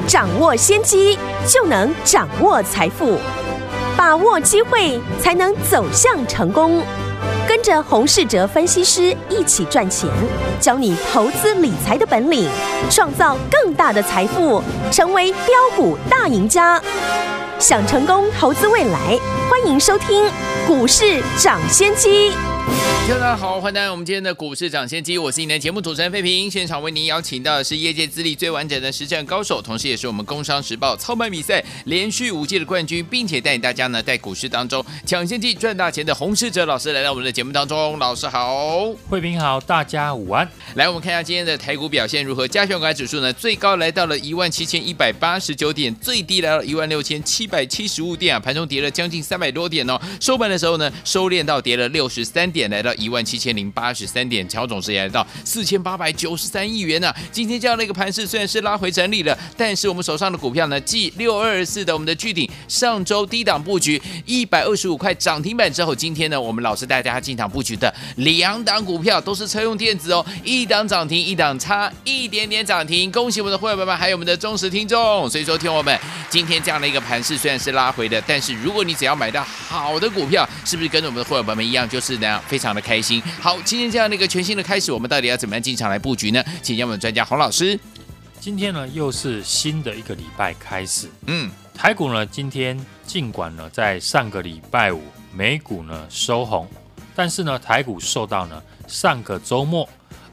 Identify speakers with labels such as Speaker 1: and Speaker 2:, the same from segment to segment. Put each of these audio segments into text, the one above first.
Speaker 1: 掌握先机，就能掌握财富。把握机会，才能走向成功。跟着洪士哲分析师一起赚钱，教你投资理财的本领，创造更大的财富，成为标股大赢家。想成功投资未来，欢迎收听股市涨先机。
Speaker 2: 大家好，欢迎来到我们今天的股市涨先机，我是你的节目主持人费平。现场为您邀请到的是业界资历最完整的实战高手，同时也是我们工商时报操盘比赛连续5届的冠军，并且带领大家呢在股市当中抢先机赚大钱的洪士哲老师来到我们的节目当中。老师好。
Speaker 3: 慧平好，大家午安。
Speaker 2: 来，我们看一下今天的台股表现如何。加权股价指数呢，最高来到了17189点，最低来到16775点啊，盘中跌了将近300多点哦。收盘的时候呢，收敛到跌了63点，来到17083点，成交总值也来到4893亿元啊。今天这样的一个盘势虽然是拉回整理了，但是我们手上的股票呢，继6224的我们的巨鼎上周低档布局125块涨停板之后，今天呢，我们老师带大家进场布局的2档股票都是车用电子哦，一档涨停，一档差一点点涨停，恭喜我们的会员们还有我们的忠实听众。所以说，听我们今天这样的一个盘势虽然是拉回的，但是如果你只要买到好的股票，是不是跟着我们的会员们一样，就是呢非常的开心？好，今天这样的一个全新的开始，我们到底要怎么样进场来布局呢？请教我们的专家洪老师。
Speaker 3: 今天呢又是新的一个礼拜开始，台股呢今天尽管呢在上个礼拜五美股呢收红，但是呢台股受到呢上个周末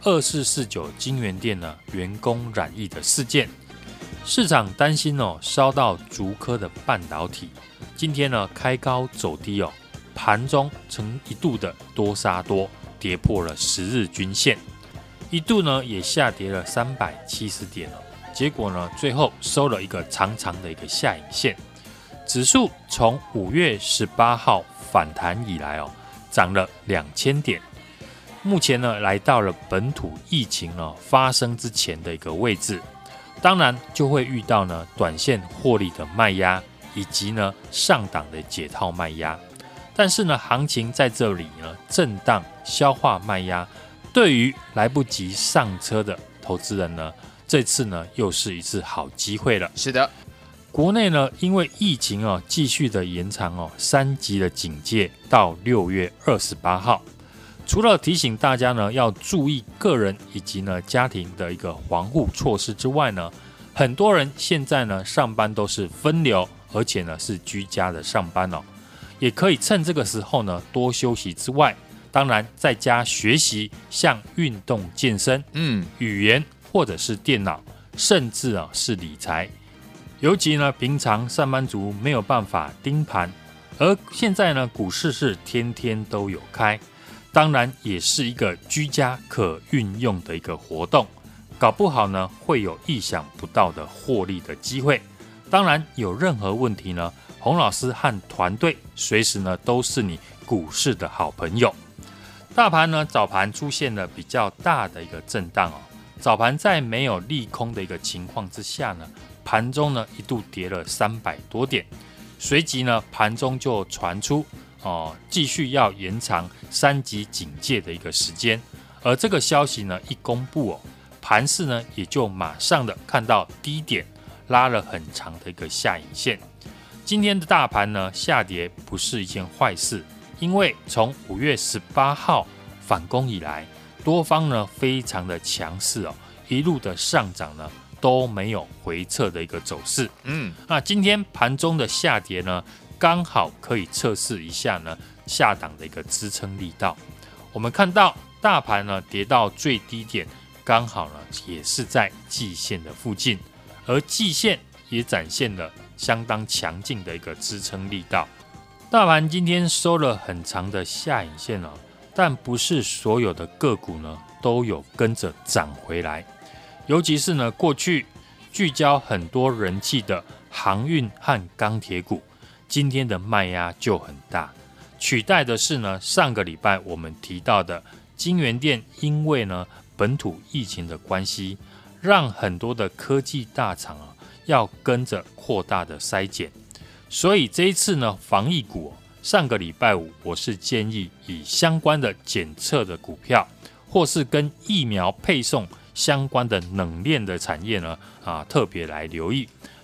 Speaker 3: 2449金源店呢员工染疫的事件，市场担心烧到竹科的半导体，今天呢开高走低盘中曾一度的多杀多，跌破了10日均线，一度呢也下跌了370点结果呢最后收了一个长长的一个下影线。指数从5月18号反弹以来涨了2000点，目前呢来到了本土疫情发生之前的一个位置，当然就会遇到呢短线获利的卖压，以及呢上档的解套卖压。但是呢，行情在这里呢震荡消化卖压，对于来不及上车的投资人呢，这次呢又是一次好机会了。
Speaker 2: 是的，
Speaker 3: 国内呢因为疫情继续的延长3级的警戒到6月28号，除了提醒大家呢要注意个人以及呢家庭的一个防护措施之外呢，很多人现在呢上班都是分流，而且呢是居家的上班也可以趁这个时候呢多休息之外，当然在家学习，像运动健身、语言或者是电脑，甚至是理财。尤其呢平常上班族没有办法盯盘，而现在呢股市是天天都有开，当然也是一个居家可运用的一个活动，搞不好呢会有意想不到的获利的机会。当然有任何问题呢，洪老师和团队随时呢都是你股市的好朋友。大盘呢早盘出现了比较大的一个震荡早盘在没有利空的一个情况之下呢，盘中呢一度跌了300多点，随即呢盘中就传出继续要延长3级警戒的一个时间，而这个消息呢一公布盘势呢也就马上的看到低点拉了很长的一个下影线。今天的大盘呢下跌不是一件坏事，因为从5月18号反攻以来，多方呢非常的强势一路的上涨呢都没有回撤的一个走势。那今天盘中的下跌呢，刚好可以测试一下呢下档的一个支撑力道。我们看到大盘呢跌到最低点，刚好呢也是在季线的附近，而季线也展现了相当强劲的一个支撑力道。大盘今天收了很长的下影线但不是所有的个股呢都有跟着涨回来，尤其是呢过去聚焦很多人气的航运和钢铁股，今天的卖压就很大，取代的是呢上个礼拜我们提到的金源店，因为呢本土疫情的关系，让很多的科技大厂要跟着扩大的筛检，所以这一次呢防疫股上个礼拜五我是建议以相关的检测的股票，或是跟疫苗配送相关的冷链的产业呢特别来留意。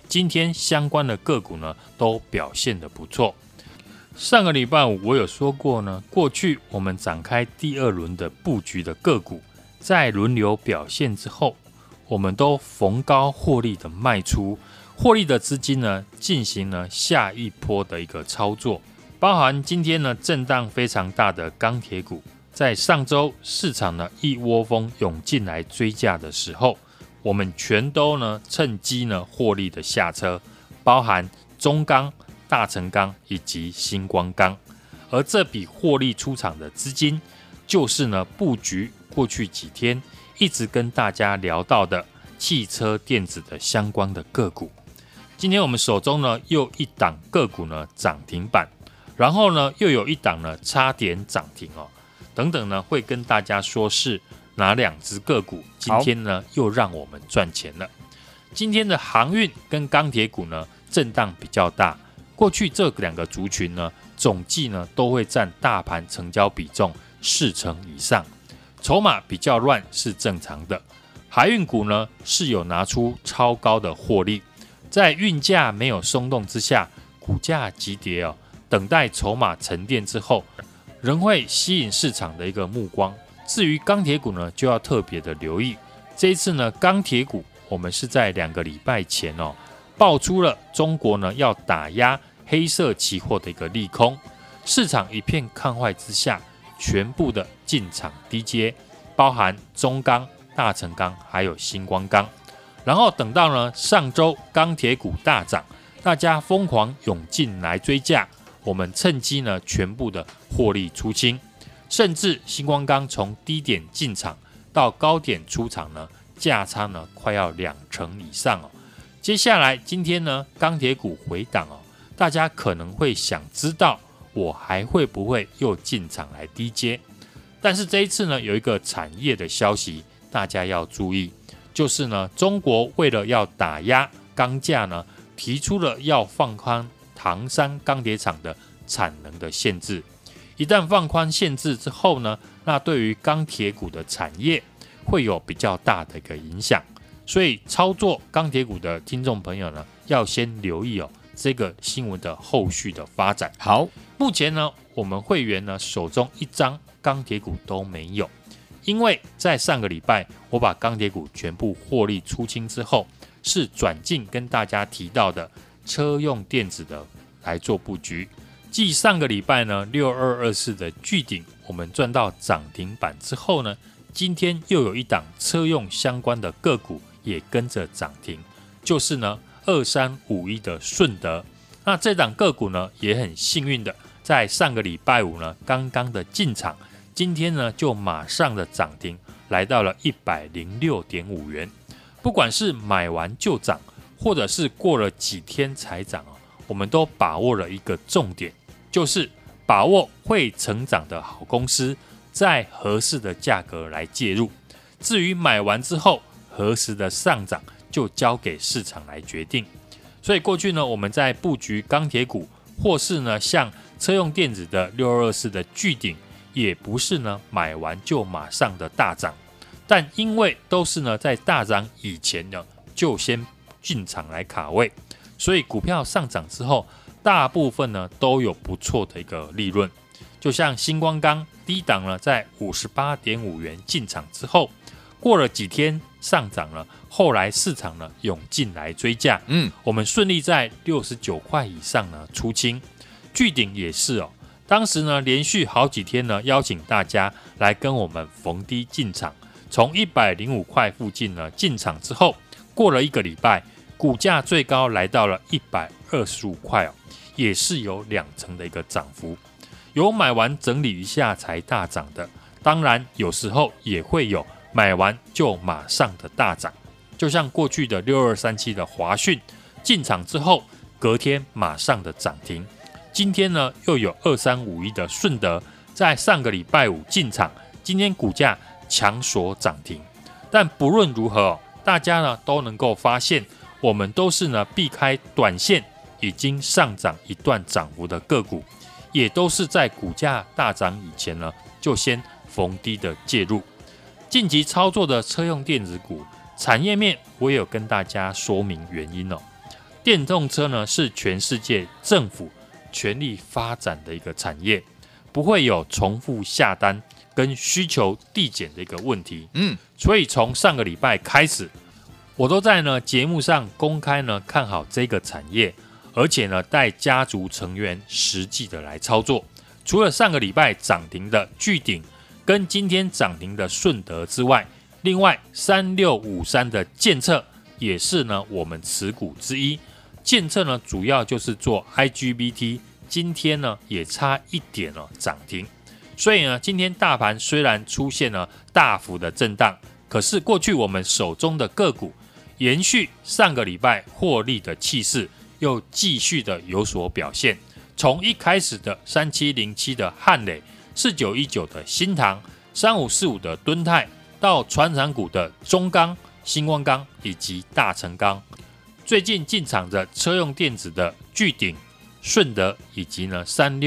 Speaker 3: 今天相关的个股呢都表现得不错。上个礼拜五我有说过呢，过去我们展开第二轮的布局的个股，在轮流表现之后，我们都逢高获利的卖出，获利的资金呢进行了下一波的一个操作，包含今天呢震荡非常大的钢铁股，在上周市场呢一窝蜂涌进来追价的时候，我们全都呢趁机呢获利的下车，包含中钢、大成钢以及星光钢，而这笔获利出场的资金，就是呢布局过去几天一直跟大家聊到的汽车电子的相关的个股。今天我们手中呢又一档个股呢涨停板，然后呢又有一档呢差点涨停哦，等等呢会跟大家说是哪2只个股今天呢又让我们赚钱了。今天的航运跟钢铁股呢震荡比较大，过去这2个族群呢总计呢都会占大盘成交比重40%以上，筹码比较乱是正常的。海运股呢是有拿出超高的获利，在运价没有松动之下，股价急跌哦，等待筹码沉淀之后，仍会吸引市场的一个目光。至于钢铁股呢，就要特别的留意。这一次呢，钢铁股我们是在2个礼拜前哦，爆出了中国呢要打压黑色期货的一个利空，市场一片看坏之下，全部的进场低接，包含中钢、大成钢还有星光钢。然后等到呢上周钢铁股大涨，大家疯狂涌进来追价，我们趁机呢全部的获利出清，甚至星光钢从低点进场到高点出场呢，价差呢快要2成以上哦。接下来今天呢钢铁股回档哦，大家可能会想知道我还会不会又进场来低接？但是这一次呢有一个产业的消息大家要注意，就是呢中国为了要打压钢价呢，提出了要放宽唐山钢铁厂的产能的限制。一旦放宽限制之后呢，那对于钢铁股的产业会有比较大的一个影响，所以操作钢铁股的听众朋友呢，要先留意哦这个新闻的后续的发展。
Speaker 2: 好，
Speaker 3: 目前呢我们会员呢手中1张钢铁股都没有，因为在上个礼拜我把钢铁股全部获利出清之后，是转进跟大家提到的车用电子的来做布局。继上个礼拜呢6224的巨鼎我们赚到涨停板之后呢，今天又有一档车用相关的个股也跟着涨停，就是呢2351的顺德。那这档个股呢也很幸运的在上个礼拜五呢刚刚的进场，今天呢就马上的涨停，来到了 106.5 元。不管是买完就涨，或者是过了几天才涨哦，我们都把握了一个重点，就是把握会成长的好公司，在合适的价格来介入。至于买完之后何时的上涨，就交给市场来决定。所以过去呢，我们在布局钢铁股，或是呢像车用电子的6224的巨鼎，也不是呢买完就马上的大涨，但因为都是呢在大涨以前呢就先进场来卡位，所以股票上涨之后，大部分呢都有不错的一个利润。就像星光钢低档呢在 58.5 元进场之后，过了几天上涨了，后来市场呢涌进来追价，我们顺利在69块以上呢出清。巨鼎也是哦，当时呢连续好几天呢邀请大家来跟我们逢低进场，从105块附近呢进场之后，过了1个礼拜，股价最高来到了125块哦，也是有2成的一个涨幅。有买完整理一下才大涨的，当然有时候也会有买完就马上的大涨，就像过去的6237的华讯，进场之后隔天马上的涨停。今天呢又有2351的顺德，在上个礼拜五进场，今天股价强锁涨停。但不论如何，大家呢都能够发现，我们都是呢避开短线已经上涨一段涨幅的个股，也都是在股价大涨以前呢就先逢低的介入。近期操作的车用电子股产业面，我也有跟大家说明原因哦。 电动车呢是全世界政府全力发展的一个产业，不会有重复下单跟需求递减的一个问题。所以从上个礼拜开始，我都在呢节目上公开呢看好这个产业，而且呢带家族成员实际的来操作。除了上个礼拜涨停的巨鼎跟今天涨停的顺德之外，另外3653的建策也是呢我们持股之一。建策呢主要就是做 IGBT， 今天呢也差一点涨停。所以呢今天大盘虽然出现了大幅的震荡，可是过去我们手中的个股延续上个礼拜获利的气势，又继续的有所表现。从一开始的3707的汉磊、4919的新唐、3545的敦泰，到传产股的中钢、新光钢以及大成钢，最近进场的车用电子的巨鼎、顺德以及呢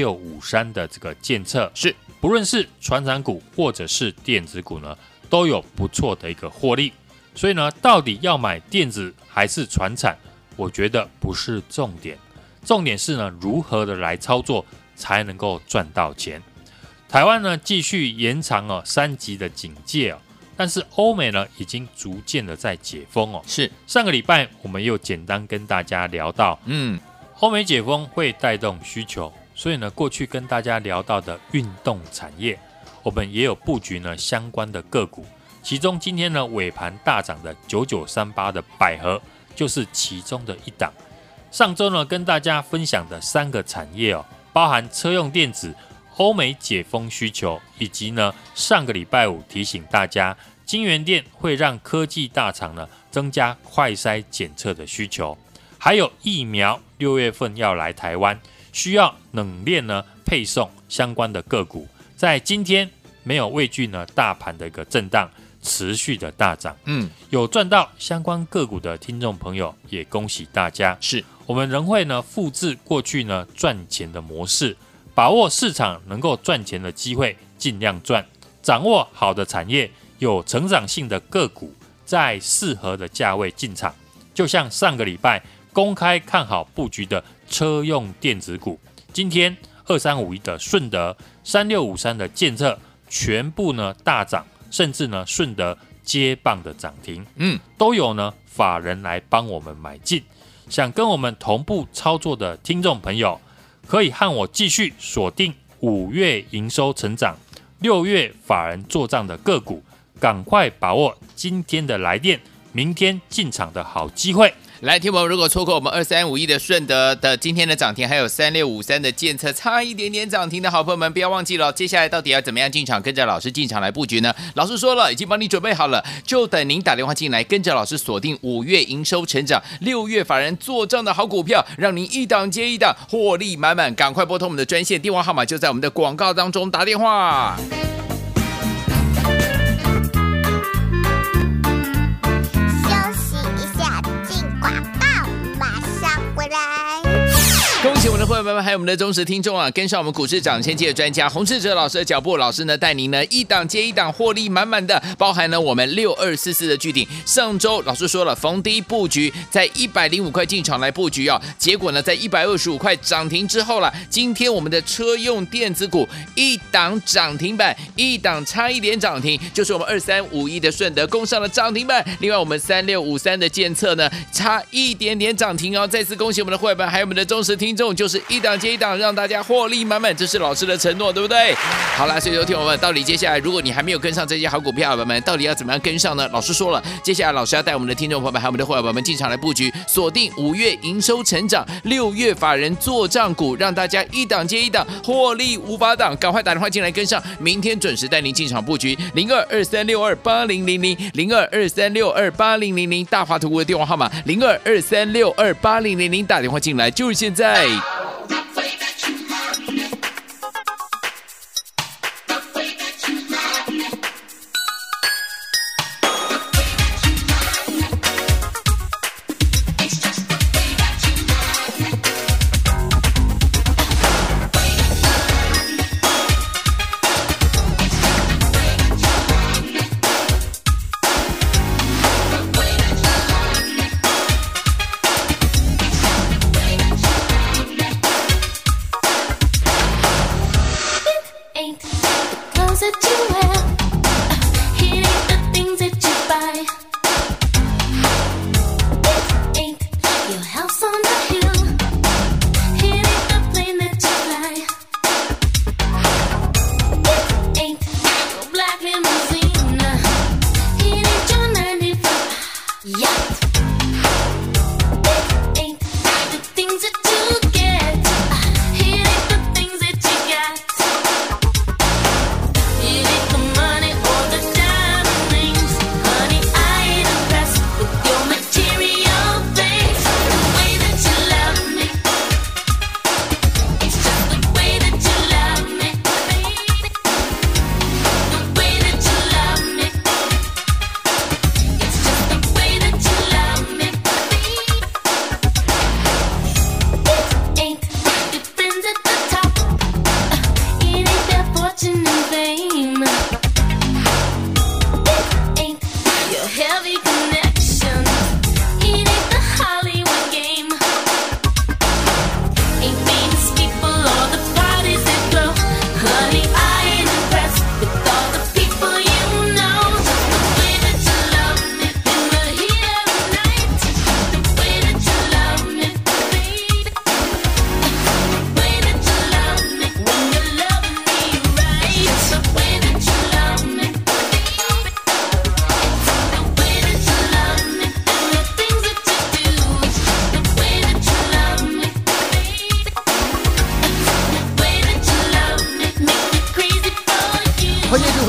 Speaker 3: 3653的这个建策，是不论是传产股或者是电子股呢，都有不错的一个获利。所以呢，到底要买电子还是传产，我觉得不是重点。重点是呢，如何的来操作才能够赚到钱。台湾呢继续延长3级的警戒但是欧美呢已经逐渐的在解封是上个礼拜我们又简单跟大家聊到，欧美解封会带动需求，所以呢过去跟大家聊到的运动产业，我们也有布局呢相关的个股，其中今天呢尾盘大涨的9938的百合就是其中的一档。上周呢，跟大家分享的3个产业包含车用电子、欧美解封需求，以及呢上个礼拜五提醒大家，晶圆店会让科技大厂呢增加快筛检测的需求，还有疫苗6月份要来台湾，需要冷链呢配送相关的个股，在今天没有畏惧呢大盘的一个震荡，持续的大涨。有赚到相关个股的听众朋友，也恭喜大家。是我们仍会呢复制过去呢赚钱的模式，把握市场能够赚钱的机会，尽量赚，掌握好的产业，有成长性的个股，在适合的价位进场。就像上个礼拜公开看好布局的车用电子股，今天2351的顺德、3653的建策，全部呢大涨，甚至呢顺德接棒的涨停，都有呢法人来帮我们买进。想跟我们同步操作的听众朋友，可以和我继续锁定5月营收成长、6月法人做账的个股，赶快把握今天的来电，明天进场的好机会。
Speaker 2: 来，听众如果错过我们2351的顺德的今天的涨停，还有3653的建策差一点点涨停的好朋友们，不要忘记了，接下来到底要怎么样进场，跟着老师进场来布局呢？老师说了，已经帮你准备好了，就等您打电话进来，跟着老师锁定5月营收成长、6月法人做账的好股票，让您一档接一档获利满满。赶快拨通我们的专线，电话号码就在我们的广告当中，打电话。恭喜我们的会员们，还有我们的忠实听众啊！跟上我们股市涨先机的专家洪士哲老师的脚步，老师呢带您呢一档接一档获利满满的，包含了我们6244的巨鼎。上周老师说了，逢低布局，在105块进场来布局结果呢在125块涨停之后了，今天我们的车用电子股一档涨停板，一档差一点涨停，就是我们2351的顺德攻上了涨停板。另外我们3653的建策呢差一点点涨停再次恭喜我们的会员们，还有我们的忠实听众，就是一档接一档，让大家获利满满，这是老师的承诺，对不对？好啦，所以有听我们到底接下来，如果你还没有跟上这些好股票，伙伴们到底要怎么样跟上呢？老师说了，接下来老师要带我们的听众朋友们，还有我们的会员们进场来布局，锁定5月营收成长、6月法人做账股，让大家一档接一档，获利无法挡。赶快打电话进来跟上，明天准时带您进场布局0223628000 0223628000，大华投顾的电话号码0223628000，打电话进来就是现在。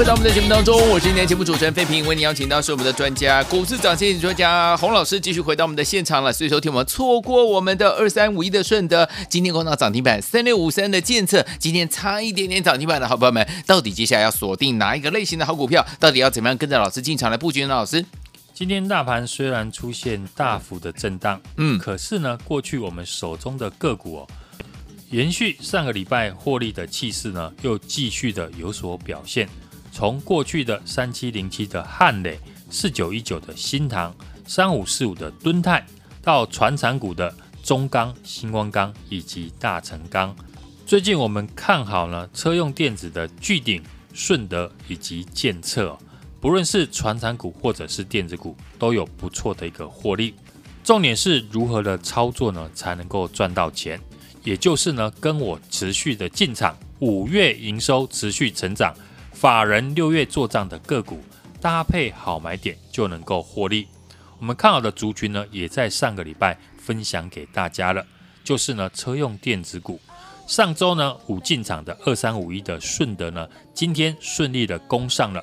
Speaker 2: 回到我们的节目当中，我是今天节目主持人费平，为您邀请到是我们的专家股市涨跌专家洪老师，继续回到我们的现场了。所以说听我们错过我们的2351的顺德，今天攻到涨停板3653的建策，今天差一点点涨停板的好朋友们，到底接下来要锁定哪一个类型的好股票？到底要怎么样跟着老师进场来布局呢？老师？
Speaker 3: 今天大盘虽然出现大幅的震荡，可是呢，过去我们手中的个股延续上个礼拜获利的气势呢，又继续的有所表现。从过去的3707的汉磊、4919的新唐、3545的敦泰，到传产股的中钢、新光钢以及大成钢。最近我们看好呢车用电子的巨鼎、顺德以及建策，不论是传产股或者是电子股，都有不错的一个获利。重点是如何的操作呢，才能够赚到钱？也就是呢，跟我持续的进场，5月营收持续成长，法人6月做账的个股，搭配好买点就能够获利。我们看好的族群呢，也在上个礼拜分享给大家了，就是呢车用电子股。上周呢5进场的2351的顺德呢，今天顺利的攻上了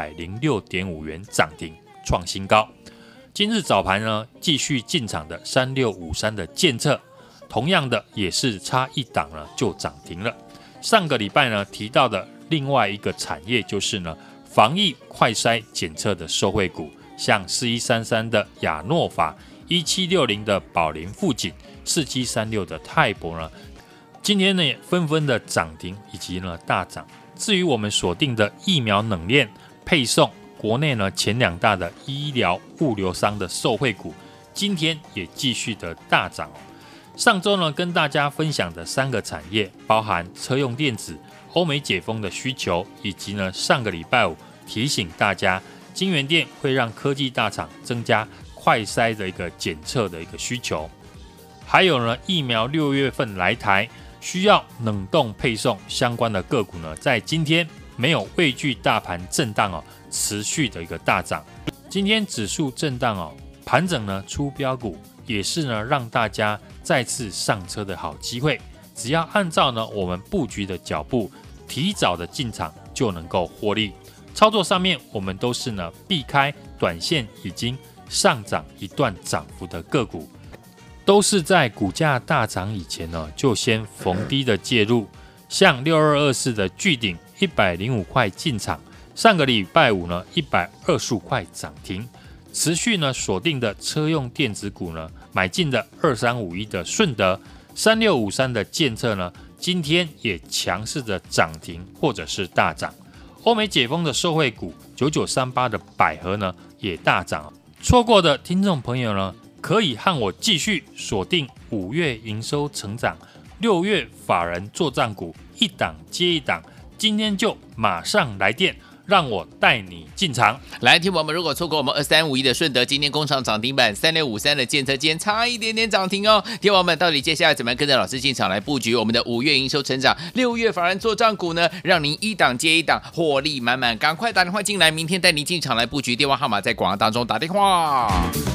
Speaker 3: 106.5 元涨停，创新高。今日早盘呢继续进场的3653的建策，同样的也是差一档呢就涨停了。上个礼拜呢提到的另外一个产业就是呢防疫快筛检测的受惠股，像4133的亚诺法、1760的宝林富锦、4736的泰博呢，今天呢也纷纷的涨停以及呢大涨。至于我们锁定的疫苗冷链配送，国内呢前2大的医疗物流商的受惠股，今天也继续的大涨。上周呢跟大家分享的3个产业，包含车用电子、欧美解封的需求，以及呢上个礼拜5提醒大家，晶圆店会让科技大厂增加快筛的一个检测的一个需求。还有呢疫苗6月份来台，需要冷冻配送相关的个股呢，在今天没有畏惧大盘震荡持续的一个大涨。今天指数震荡盘整呢出标股，也是呢让大家再次上车的好机会。只要按照呢我们布局的脚步，提早的进场就能够获利。操作上面我们都是呢避开短线已经上涨一段涨幅的个股，都是在股价大涨以前呢就先逢低的介入。像6224的巨鼎105块进场，上个礼拜5呢125块涨停。持续呢锁定的车用电子股呢，买进的2351的顺德、3653的建策呢，今天也强势的涨停或者是大涨。欧美解封的受惠股9938的百合呢也大涨。错过的听众朋友呢，可以和我继续锁定5月营收成长、6月法人作账股，一档接一档，今天就马上来电，让我带你进场。
Speaker 2: 来，听我们如果错过我们2351的顺德，今天攻上涨停板，3653的建策今天差一点点涨停哦。听我们到底接下来怎么样跟着老师进场来布局我们的5月营收成长、6月法人作账股呢？让您一档接一档，获利满满，赶快打电话进来，明天带您进场来布局。电话号码在广告当中打电话。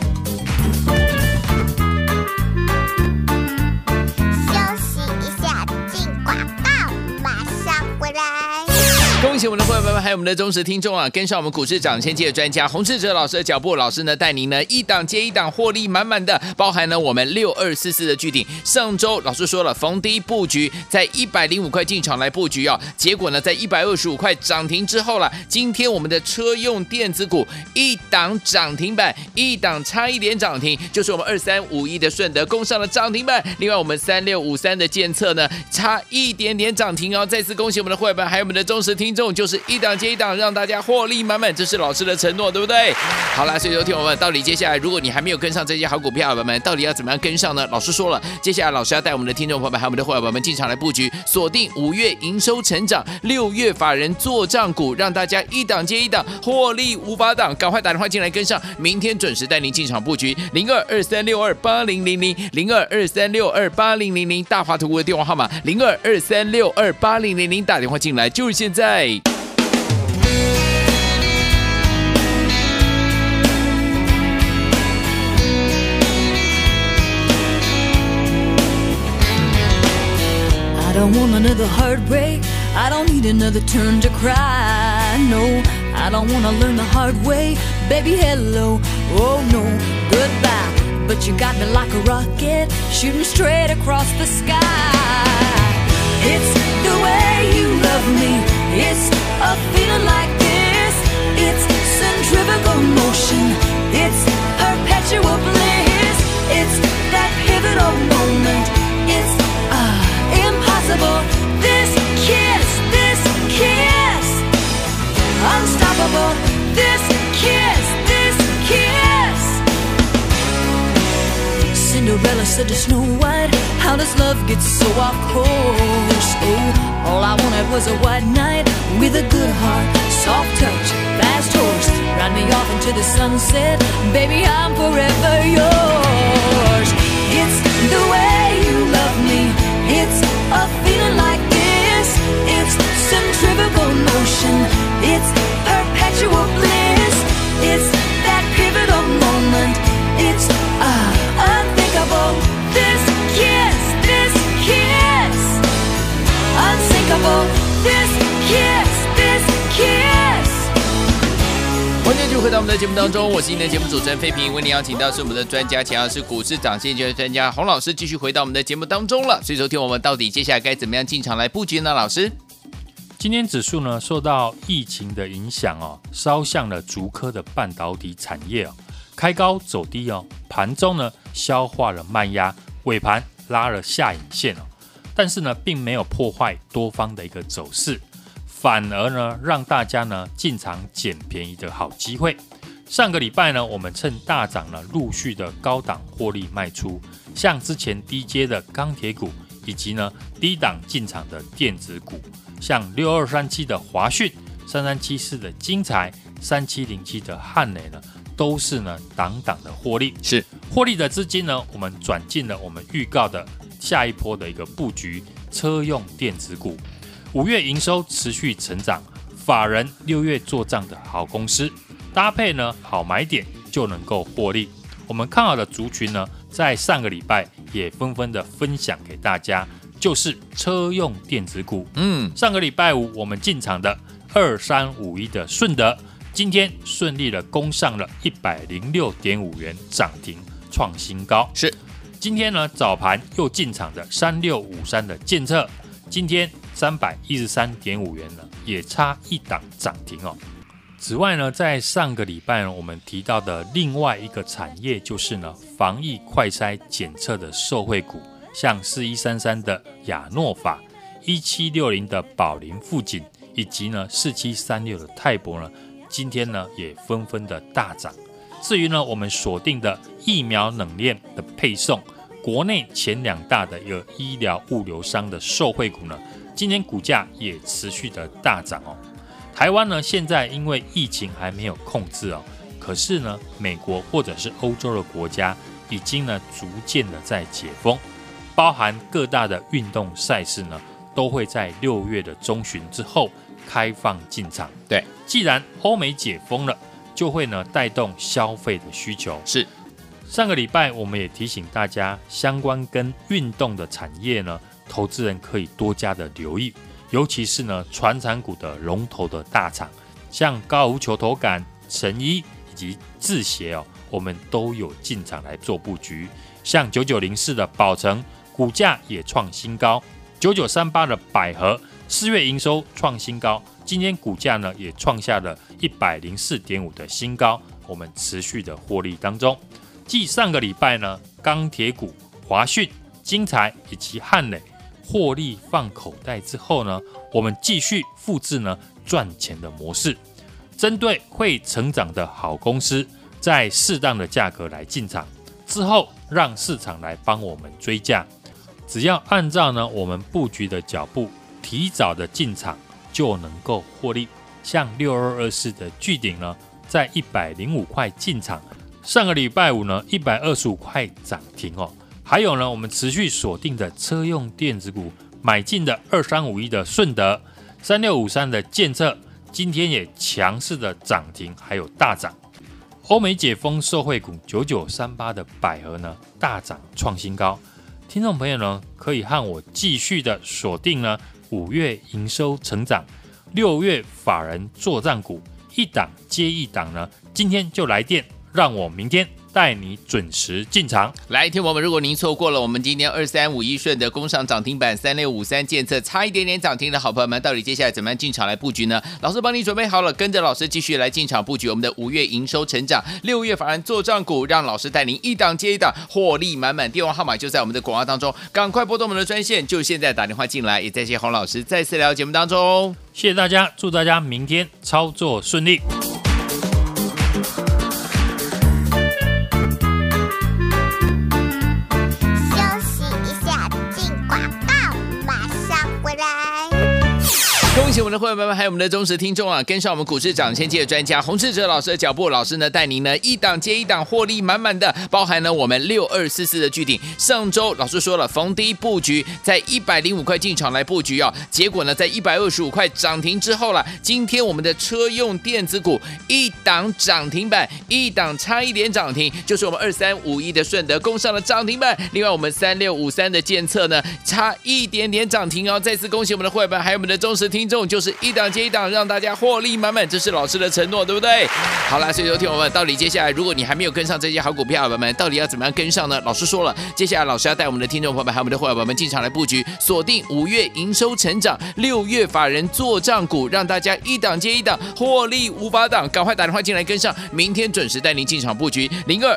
Speaker 2: 恭喜我们的会员们还有我们的忠实听众啊，跟上我们股市涨千期的专家洪士哲老师的脚步，老师呢带您呢一档接一档，获利满满的，包含了我们6244的巨鼎，上周老师说了逢低布局，在105块进场来布局结果呢在125块涨停之后了，今天我们的车用电子股一档涨停板，一档差一点涨停，就是我们2351的顺德攻上了涨停板，另外我们3653的建策呢差一点点涨停再次恭喜我们的会员还有我们的忠实听众，就是一档接一档，让大家获利满满，这是老师的承诺，对不对？好啦，所以有听我们到底接下来，如果你还没有跟上这些好股票，伙伴们到底要怎么样跟上呢？老师说了，接下来老师要带我们的听众朋友们还有我们的会员们进场来布局，锁定5月营收成长、6月法人作账股，让大家一档接一档，获利无法挡，赶快打电话进来跟上，明天准时带您进场布局0223628000 0223628000，大华投顾的电话号码0223628000，打电话进来就是现在。
Speaker 4: I don't want another heartbreak. I don't need another turn to cry. I know I don't wanna learn the hard way. Baby, hello, oh no, goodbye. But you got me like a rocket, shooting straight across the sky. It's the way you love me, it's a feeling like this. It's centrifugal motion, it's perpetual bliss. It's that pivotal moment, it's impossible. This kiss, unstoppable. This kiss. Cinderella said to Snow White, how does love get so off course? Oh, all I wanted was a white knight with a good heart, soft touch, fast horse. Ride me off into the sunset, baby, I'm forever yours. It's the way you love me, it's a feeling like this. It's centrifugal motion, it's perpetual bliss. It's that pivotal moment, it's unthinkable. This kiss, unsinkable. This kiss.
Speaker 2: 欢迎继续回到我们的节目当中，我是今天的节目主持人费平，为您邀请到是我们的专家，同样是股市涨跌专家洪老师，继续回到我们的节目当中了。所以，收听我们到底接下来该怎么样进场来布局呢？老师，
Speaker 3: 今天指数呢受到疫情的影响哦，烧向了竹科的半导体产业哦，开高走低哦，盘中呢消化了卖压，尾盘拉了下影线哦，但是呢并没有破坏多方的一个走势，反而呢让大家呢进场捡便宜的好机会。上个礼拜呢，我们趁大涨呢陆续的高档获利卖出，像之前低阶的钢铁股，以及呢低档进场的电子股，像6237的华讯、3374的精材、3707的汉磊呢，都是呢档档的获利。
Speaker 2: 是
Speaker 3: 获利的资金呢，我们转进了我们预告的下一波的一个布局车用电子股。5月营收持续成长，法人6月做账的好公司，搭配呢好买点就能够获利。我们看好的族群呢，在上个礼拜也纷纷的分享给大家，就是车用电子股。上个礼拜五我们进场的2351的顺德，今天顺利的攻上了106.5元涨停创新高。
Speaker 2: 是
Speaker 3: 今天呢早盘又进场的3653的建策，今天313.5元呢，也差一档涨停哦。此外呢，在上个礼拜呢，我们提到的另外一个产业就是呢，防疫快筛检测的受惠股，像4133的亚诺法、1760的宝林富锦，以及呢4736的泰博呢，今天呢也纷纷的大涨。至于呢，我们锁定的疫苗冷链的配送，国内前两大的一个医疗物流商的受惠股呢，今天股价也持续的大涨哦。台湾呢，现在因为疫情还没有控制哦，可是呢，美国或者是欧洲的国家已经呢逐渐的在解封，包含各大的运动赛事呢，都会在6月的中旬之后开放进场。
Speaker 2: 对，
Speaker 3: 既然欧美解封了，就会呢带动消费的需求。
Speaker 2: 是
Speaker 3: 上个礼拜我们也提醒大家，相关跟运动的产业呢，投资人可以多加的留意，尤其是呢传产股的龙头的大厂，像高尔夫球头杆、成衣以及制鞋哦，我们都有进场来做布局。像9904的宝成，股价也创新高；9938的百合，4月营收创新高，今天股价呢也创下了104.5的新高，我们持续的获利当中。继上个礼拜呢，钢铁股华讯、精材以及汉磊获利放口袋之后呢，我们继续复制呢赚钱的模式，针对会成长的好公司，在适当的价格来进场，之后让市场来帮我们追价。只要按照呢我们布局的脚步，提早的进场就能够获利。像6224的巨鼎呢，在105块进场，上个礼拜五呢125块涨停哦。还有呢，我们持续锁定的车用电子股，买进的2351的顺德、3653的建策，今天也强势的涨停，还有大涨。欧美解封受惠股9938的百合呢，大涨创新高。听众朋友呢，可以和我继续的锁定呢5月营收成长 6月法人作战股一档接一档呢，今天就来电，让我明天带你准时进场。
Speaker 2: 来，听我们，如果您错过了我们今天2351顺的攻上涨停板，3653建测差一点点涨停的好朋友们，到底接下来怎么样进场来布局呢？老师帮你准备好了，跟着老师继续来进场布局我们的5月营收成长，6月法人作战股，让老师带您一档接一档，获利满满。电话号码就在我们的广告当中，赶快拨动我们的专线，就现在打电话进来。也再谢洪老师再次来到节目当中，
Speaker 3: 谢谢大家，祝大家明天操作顺利。
Speaker 2: 恭喜我们的会员们，还有我们的忠实听众啊！跟上我们股市涨先机的专家洪士哲老师的脚步，老师呢带您呢一档接一档，获利满满的，包含了我们6244的巨鼎。上周老师说了，逢低布局，在105块进场来布局啊，结果呢在125块涨停之后了，今天我们的车用电子股一档涨停板，一档差一点涨停，就是我们2351的顺德攻上了涨停板。另外我们3653的建测呢差一点点涨停哦，再次恭喜我们的会员们，还有我们的忠实听众，就是一档接一档，让大家获利满满，这是老师的承诺，对不对？好啦，所以说听我们，到底接下来如果你还没有跟上这些好股票，伙伴们到底要怎么样跟上呢？老师说了，接下来老师要带我们的听众朋友们还有我们的会员们进场来布局，锁定5月营收成长，6月法人作战股，让大家一档接一档，获利无法挡，赶快打电话进来跟上，明天准时带您进场布局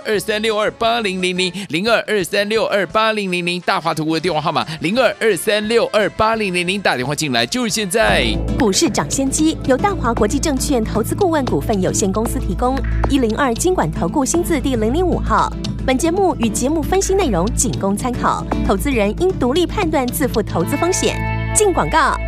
Speaker 2: ，0223628000，0223628000，大华图的电话号码0223628000，打电话进来就是现在。
Speaker 1: 股市涨先机由大华国际证券投资顾问股份有限公司提供，102金管投顾新字第005号。本节目与节目分析内容仅供参考，投资人应独立判断，自负投资风险。进广告。